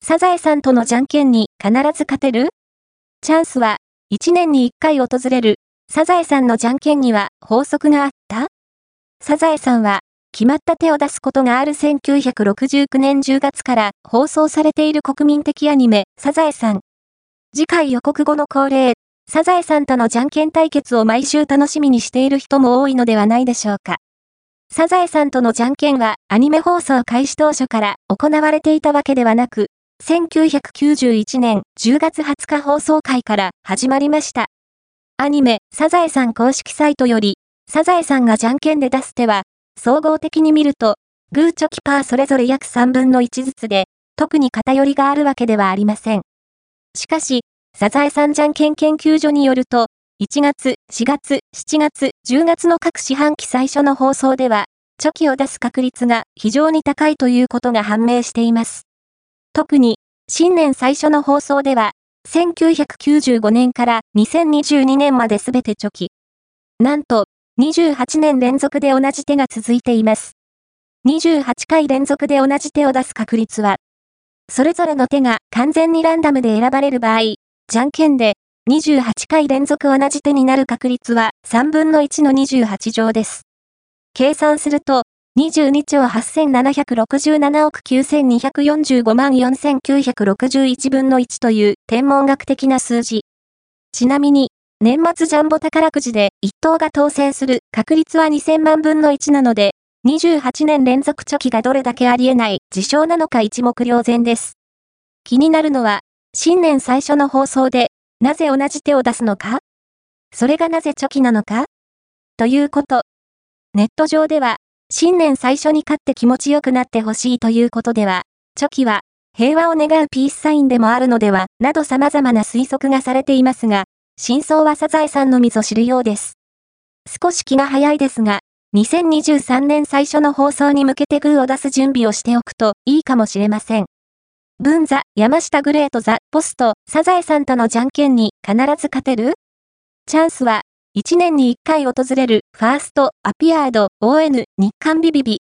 サザエさんとのじゃんけんに必ず勝てる？チャンスは1年に1回訪れるサザエさんのじゃんけんには法則があった？サザエさんは決まった手を出すことがある1969年10月から放送されている国民的アニメサザエさん。次回予告後の恒例、サザエさんとのじゃんけん対決を毎週楽しみにしている人も多いのではないでしょうか。サザエさんとのじゃんけんはアニメ放送開始当初から行われていたわけではなく、1991年10月20日放送回から始まりました。アニメサザエさん公式サイトより、サザエさんがじゃんけんで出す手は、総合的に見ると、グーチョキパーそれぞれ約3分の1ずつで、特に偏りがあるわけではありません。しかし、サザエさんじゃんけん研究所によると、1月、4月、7月、10月の各四半期最初の放送では、チョキを出す確率が非常に高いということが判明しています。特に、新年最初の放送では、1995年から2022年まで全てチョキ。なんと、28年連続で同じ手が続いています。28回連続で同じ手を出す確率は、それぞれの手が完全にランダムで選ばれる場合、じゃんけんで28回連続同じ手になる確率は3分の1の28乗です。計算すると、22兆8767億9245万4961分の1という天文学的な数字。ちなみに、年末ジャンボ宝くじで1等が当選する確率は2000万分の1なので、28年連続チョキがどれだけありえない事象なのか一目瞭然です。気になるのは、新年最初の放送で、なぜ同じ手を出すのか？それがなぜチョキなのか？ということ。ネット上では、新年最初に勝って気持ちよくなってほしいということでは、チョキは平和を願うピースサインでもあるのでは、など様々な推測がされていますが、真相はサザエさんのみぞ知るようです。少し気が早いですが、2023年最初の放送に向けてグーを出す準備をしておくといいかもしれません。文ザ・山下グレートザ・ポスト、サザエさんとのじゃんけんに必ず勝てる？チャンスは1年に1回訪れるファースト・アピアード ON 日刊ビビビ